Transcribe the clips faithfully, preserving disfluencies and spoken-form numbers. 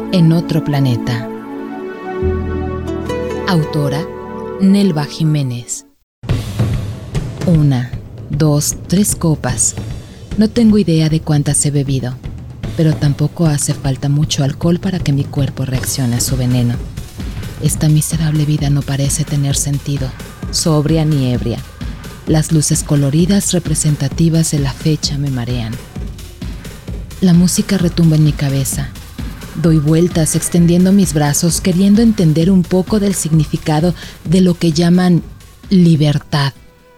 En otro planeta. Autora Nelva Jiménez. Una, dos, tres copas. No tengo idea de cuántas he bebido, pero tampoco hace falta mucho alcohol para que mi cuerpo reaccione a su veneno. Esta miserable vida no parece tener sentido, sobria ni ebria. Las luces coloridas representativas de la fecha me marean. La música retumba en mi cabeza. Doy vueltas extendiendo mis brazos, queriendo entender un poco del significado de lo que llaman libertad.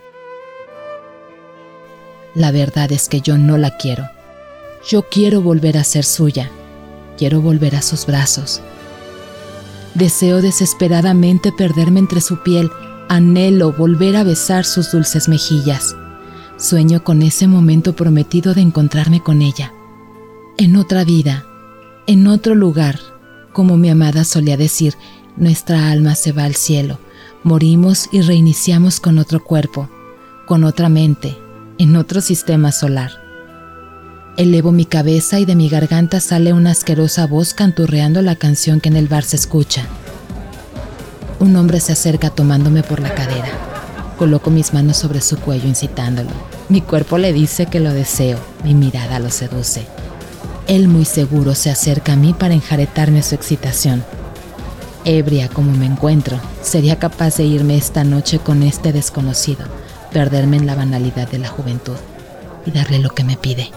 La verdad es que yo no la quiero. Yo quiero volver a ser suya. Quiero volver a sus brazos. Deseo desesperadamente perderme entre su piel. Anhelo volver a besar sus dulces mejillas. Sueño con ese momento prometido de encontrarme con ella. En otra vida, en otro lugar, como mi amada solía decir, nuestra alma se va al cielo, morimos y reiniciamos con otro cuerpo, con otra mente, en otro sistema solar. Elevo mi cabeza y de mi garganta sale una asquerosa voz canturreando la canción que en el bar se escucha. Un hombre se acerca tomándome por la cadera. Coloco mis manos sobre su cuello incitándolo. Mi cuerpo le dice que lo deseo, mi mirada lo seduce. Él muy seguro se acerca a mí para enjaretarme su excitación. Ebria como me encuentro, sería capaz de irme esta noche con este desconocido, perderme en la banalidad de la juventud y darle lo que me pide.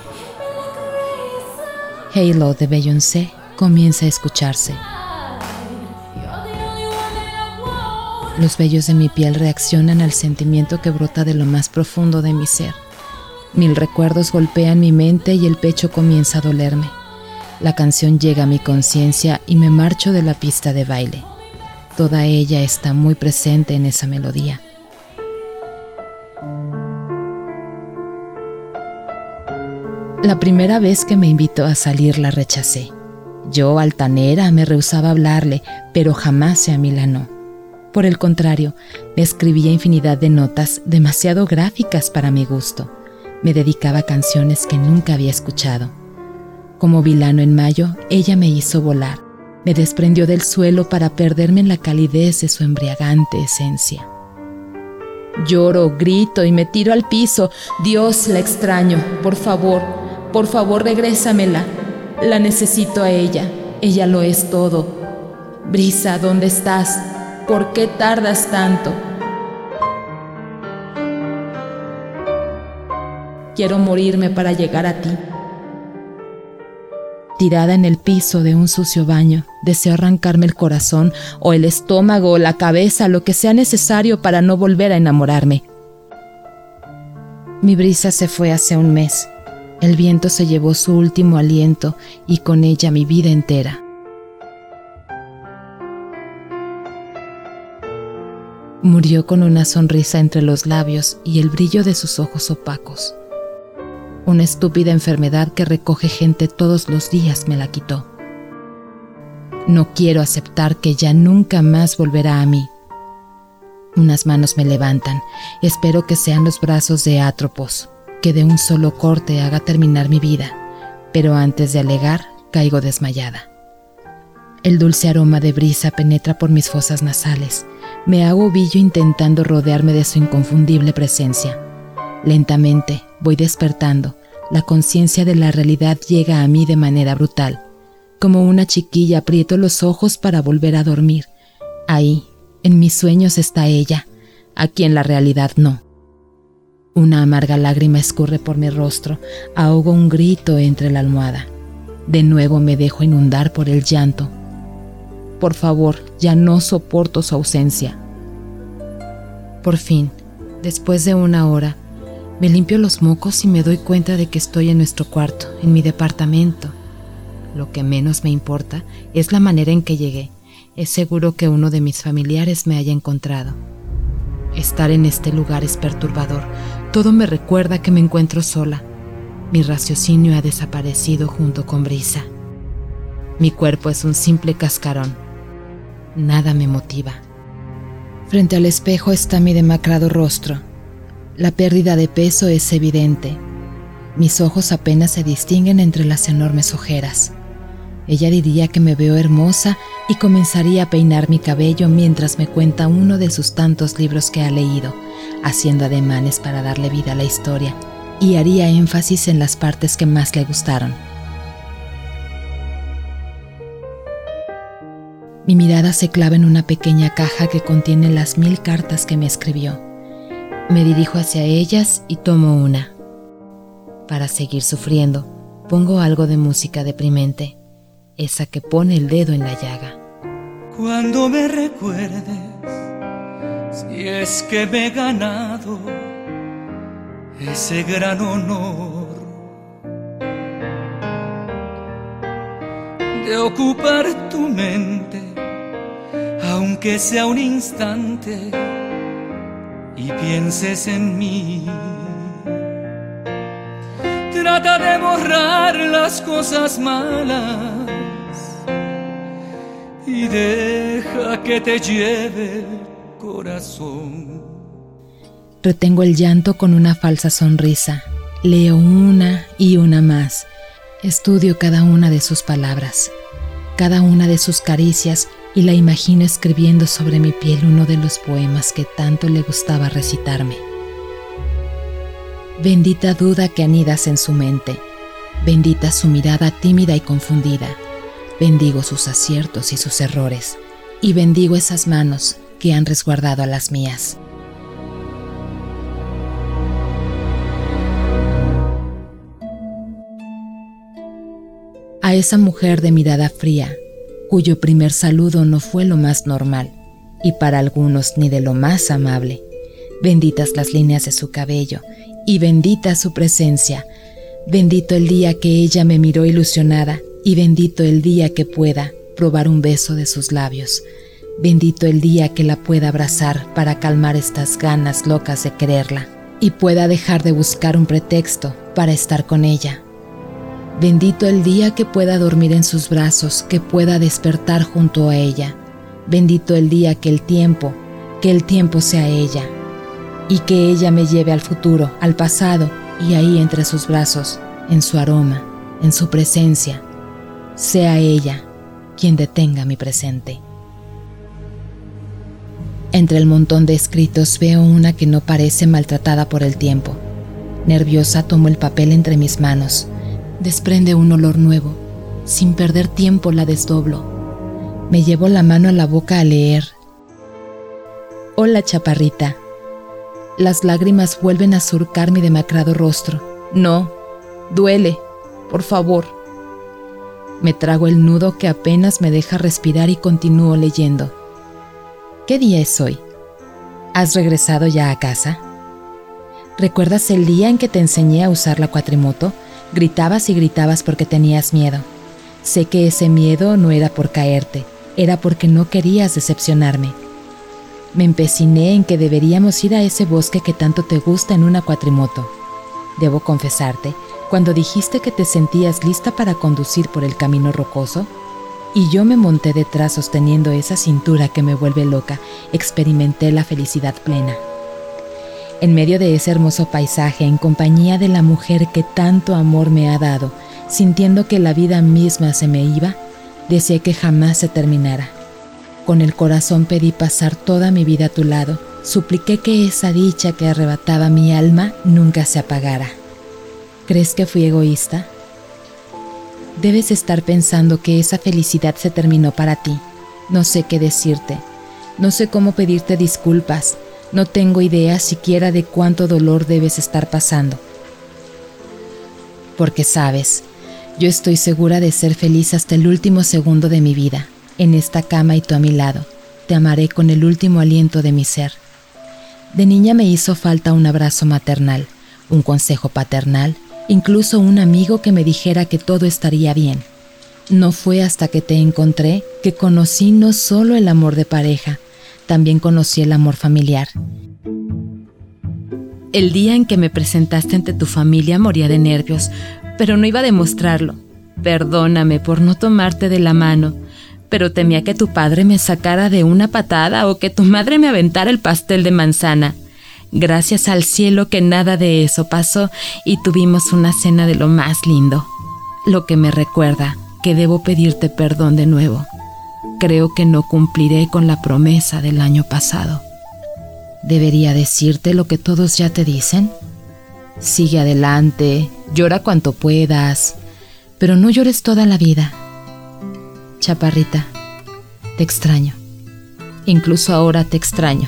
Halo de Beyoncé comienza a escucharse. Los vellos de mi piel reaccionan al sentimiento que brota de lo más profundo de mi ser. Mil recuerdos golpean mi mente y el pecho comienza a dolerme. La canción llega a mi conciencia y me marcho de la pista de baile. Toda ella está muy presente en esa melodía. La primera vez que me invitó a salir la rechacé. Yo, altanera, me rehusaba a hablarle, pero jamás se amilanó. Por el contrario, me escribía infinidad de notas demasiado gráficas para mi gusto. Me dedicaba canciones que nunca había escuchado. Como vilano en mayo, ella me hizo volar. Me desprendió del suelo para perderme en la calidez de su embriagante esencia. Lloro, grito y me tiro al piso. Dios, la extraño. Por favor, por favor, regrésamela. La necesito a ella. Ella lo es todo. Brisa, ¿dónde estás? ¿Por qué tardas tanto? Quiero morirme para llegar a ti. Tirada en el piso de un sucio baño, deseo arrancarme el corazón o el estómago o la cabeza, lo que sea necesario para no volver a enamorarme. Mi brisa se fue hace un mes. El viento se llevó su último aliento y con ella mi vida entera. Murió con una sonrisa entre los labios y el brillo de sus ojos opacos. Una estúpida enfermedad que recoge gente todos los días me la quitó. No quiero aceptar que ya nunca más volverá a mí. Unas manos me levantan. Espero que sean los brazos de Atropos, que de un solo corte haga terminar mi vida, pero antes de alegar, caigo desmayada. El dulce aroma de brisa penetra por mis fosas nasales. Me hago ovillo intentando rodearme de su inconfundible presencia. Lentamente voy despertando. La conciencia de la realidad llega a mí de manera brutal. Como una chiquilla aprieto los ojos para volver a dormir. Ahí, en mis sueños está ella, aquí en la realidad no. Una amarga lágrima escurre por mi rostro. Ahogo un grito entre la almohada. De nuevo me dejo inundar por el llanto. Por favor, ya no soporto su ausencia. Por fin, después de una hora, me limpio los mocos y me doy cuenta de que estoy en nuestro cuarto, en mi departamento. Lo que menos me importa es la manera en que llegué. Es seguro que uno de mis familiares me haya encontrado. Estar en este lugar es perturbador. Todo me recuerda que me encuentro sola. Mi raciocinio ha desaparecido junto con brisa. Mi cuerpo es un simple cascarón. Nada me motiva. Frente al espejo está mi demacrado rostro. La pérdida de peso es evidente. Mis ojos apenas se distinguen entre las enormes ojeras. Ella diría que me veo hermosa y comenzaría a peinar mi cabello mientras me cuenta uno de sus tantos libros que ha leído, haciendo ademanes para darle vida a la historia, y haría énfasis en las partes que más le gustaron. Mi mirada se clava en una pequeña caja que contiene las mil cartas que me escribió. Me dirijo hacia ellas y tomo una. Para seguir sufriendo, pongo algo de música deprimente, esa que pone el dedo en la llaga. Cuando me recuerdes, si es que me he ganado ese gran honor de ocupar tu mente, aunque sea un instante, y pienses en mí. Trata de borrar las cosas malas y deja que te lleve el corazón. Retengo el llanto con una falsa sonrisa. Leo una y una más. Estudio cada una de sus palabras, cada una de sus caricias, y la imagino escribiendo sobre mi piel uno de los poemas que tanto le gustaba recitarme. Bendita duda que anidas en su mente, bendita su mirada tímida y confundida. Bendigo sus aciertos y sus errores, y bendigo esas manos que han resguardado a las mías. A esa mujer de mirada fría, cuyo primer saludo no fue lo más normal, y para algunos ni de lo más amable. Benditas las líneas de su cabello, y bendita su presencia. Bendito el día que ella me miró ilusionada, y bendito el día que pueda probar un beso de sus labios. Bendito el día que la pueda abrazar para calmar estas ganas locas de quererla, y pueda dejar de buscar un pretexto para estar con ella. Bendito el día que pueda dormir en sus brazos, que pueda despertar junto a ella. Bendito el día que el tiempo, que el tiempo sea ella, y que ella me lleve al futuro, al pasado, y ahí entre sus brazos, en su aroma, en su presencia, sea ella quien detenga mi presente. Entre el montón de escritos veo una que no parece maltratada por el tiempo. Nerviosa tomo el papel entre mis manos. Desprende un olor nuevo. Sin perder tiempo la desdoblo. Me llevo la mano a la boca a leer. Hola, chaparrita. Las lágrimas vuelven a surcar mi demacrado rostro. No, duele, por favor. Me trago el nudo que apenas me deja respirar y continúo leyendo. ¿Qué día es hoy? ¿Has regresado ya a casa? ¿Recuerdas el día en que te enseñé a usar la cuatrimoto? Gritabas y gritabas porque tenías miedo. Sé que ese miedo no era por caerte, era porque no querías decepcionarme. Me empeciné en que deberíamos ir a ese bosque que tanto te gusta en una cuatrimoto. Debo confesarte, cuando dijiste que te sentías lista para conducir por el camino rocoso, y yo me monté detrás sosteniendo esa cintura que me vuelve loca, experimenté la felicidad plena. En medio de ese hermoso paisaje, en compañía de la mujer que tanto amor me ha dado, sintiendo que la vida misma se me iba, deseé que jamás se terminara. Con el corazón pedí pasar toda mi vida a tu lado, supliqué que esa dicha que arrebataba mi alma nunca se apagara. ¿Crees que fui egoísta? Debes estar pensando que esa felicidad se terminó para ti. No sé qué decirte, no sé cómo pedirte disculpas, no tengo idea siquiera de cuánto dolor debes estar pasando. Porque sabes, yo estoy segura de ser feliz hasta el último segundo de mi vida, en esta cama y tú a mi lado. Te amaré con el último aliento de mi ser. De niña me hizo falta un abrazo maternal, un consejo paternal, incluso un amigo que me dijera que todo estaría bien. No fue hasta que te encontré que conocí no solo el amor de pareja, también conocí el amor familiar. El día en que me presentaste ante tu familia moría de nervios, pero no iba a demostrarlo. Perdóname por no tomarte de la mano, pero temía que tu padre me sacara de una patada o que tu madre me aventara el pastel de manzana. Gracias al cielo que nada de eso pasó y tuvimos una cena de lo más lindo. Lo que me recuerda que debo pedirte perdón de nuevo. Creo que no cumpliré con la promesa del año pasado. ¿Debería decirte lo que todos ya te dicen? Sigue adelante, llora cuanto puedas, pero no llores toda la vida. Chaparrita, te extraño. Incluso ahora te extraño.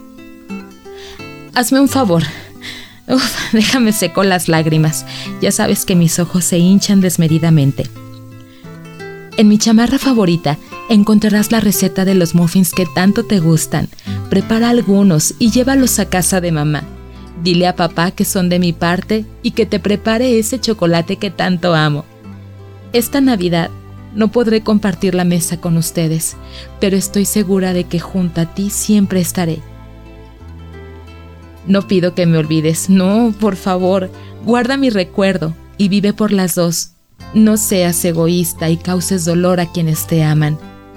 Hazme un favor. Uf, déjame seco las lágrimas. Ya sabes que mis ojos se hinchan desmedidamente. En mi chamarra favorita encontrarás la receta de los muffins que tanto te gustan. Prepara algunos y llévalos a casa de mamá. Dile a papá que son de mi parte y que te prepare ese chocolate que tanto amo. Esta Navidad no podré compartir la mesa con ustedes, pero estoy segura de que junto a ti siempre estaré. No pido que me olvides, no, por favor, guarda mi recuerdo y vive por las dos. No seas egoísta y causes dolor a quienes te aman.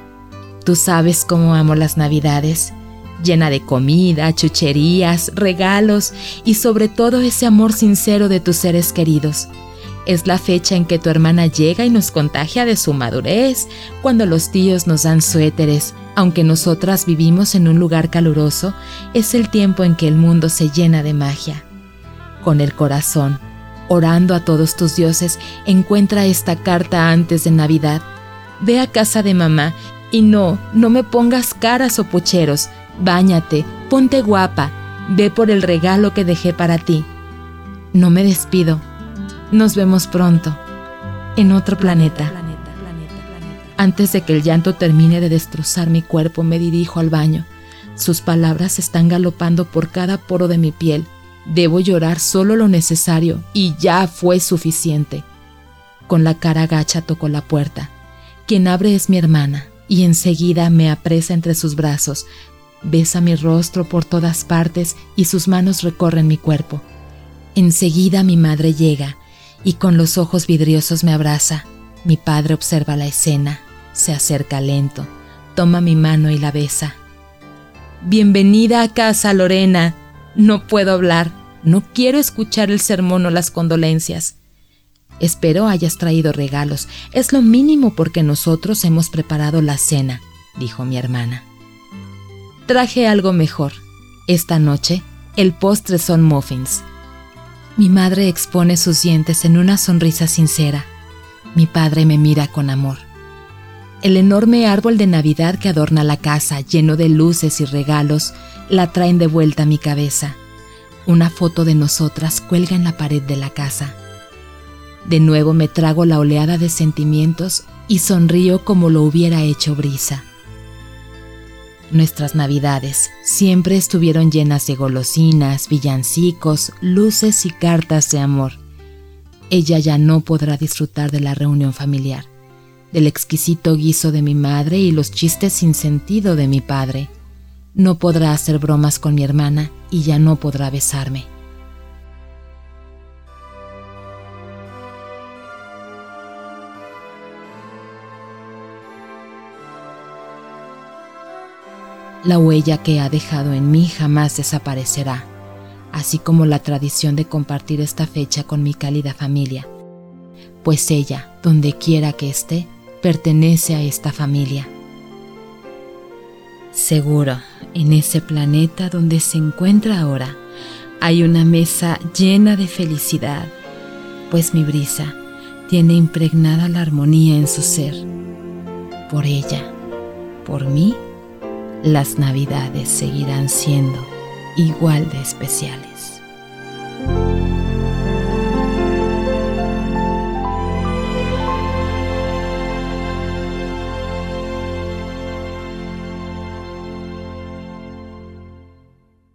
Tú sabes cómo amo las Navidades, llena de comida, chucherías, regalos y sobre todo ese amor sincero de tus seres queridos. Es la fecha en que tu hermana llega y nos contagia de su madurez, cuando los tíos nos dan suéteres. Aunque nosotras vivimos en un lugar caluroso, es el tiempo en que el mundo se llena de magia. Con el corazón, orando a todos tus dioses, encuentra esta carta antes de Navidad. Ve a casa de mamá y no, no me pongas caras o pucheros. Báñate, ponte guapa, ve por el regalo que dejé para ti. No me despido. Nos vemos pronto, en otro planeta. Antes de que el llanto termine de destrozar mi cuerpo, me dirijo al baño. Sus palabras están galopando por cada poro de mi piel. Debo llorar solo lo necesario y ya fue suficiente. Con la cara gacha toco la puerta. Quien abre es mi hermana y enseguida me apresa entre sus brazos. Besa mi rostro por todas partes y sus manos recorren mi cuerpo. Enseguida mi madre llega y con los ojos vidriosos me abraza. Mi padre observa la escena, se acerca lento, toma mi mano y la besa. Bienvenida a casa, Lorena. No puedo hablar, no quiero escuchar el sermón o las condolencias. Espero hayas traído regalos, es lo mínimo porque nosotros hemos preparado la cena, dijo mi hermana. Traje algo mejor. Esta noche, el postre son muffins. Mi madre expone sus dientes en una sonrisa sincera. Mi padre me mira con amor. El enorme árbol de Navidad que adorna la casa, lleno de luces y regalos, la traen de vuelta a mi cabeza. Una foto de nosotras cuelga en la pared de la casa. De nuevo me trago la oleada de sentimientos y sonrío como lo hubiera hecho Brisa. Nuestras Navidades siempre estuvieron llenas de golosinas, villancicos, luces y cartas de amor. Ella ya no podrá disfrutar de la reunión familiar, del exquisito guiso de mi madre y los chistes sin sentido de mi padre. No podrá hacer bromas con mi hermana y ya no podrá besarme. La huella que ha dejado en mí jamás desaparecerá, así como la tradición de compartir esta fecha con mi cálida familia, pues ella, donde quiera que esté, pertenece a esta familia. Seguro, en ese planeta donde se encuentra ahora, hay una mesa llena de felicidad, pues mi Brisa tiene impregnada la armonía en su ser. Por ella, por mí, las Navidades seguirán siendo igual de especiales.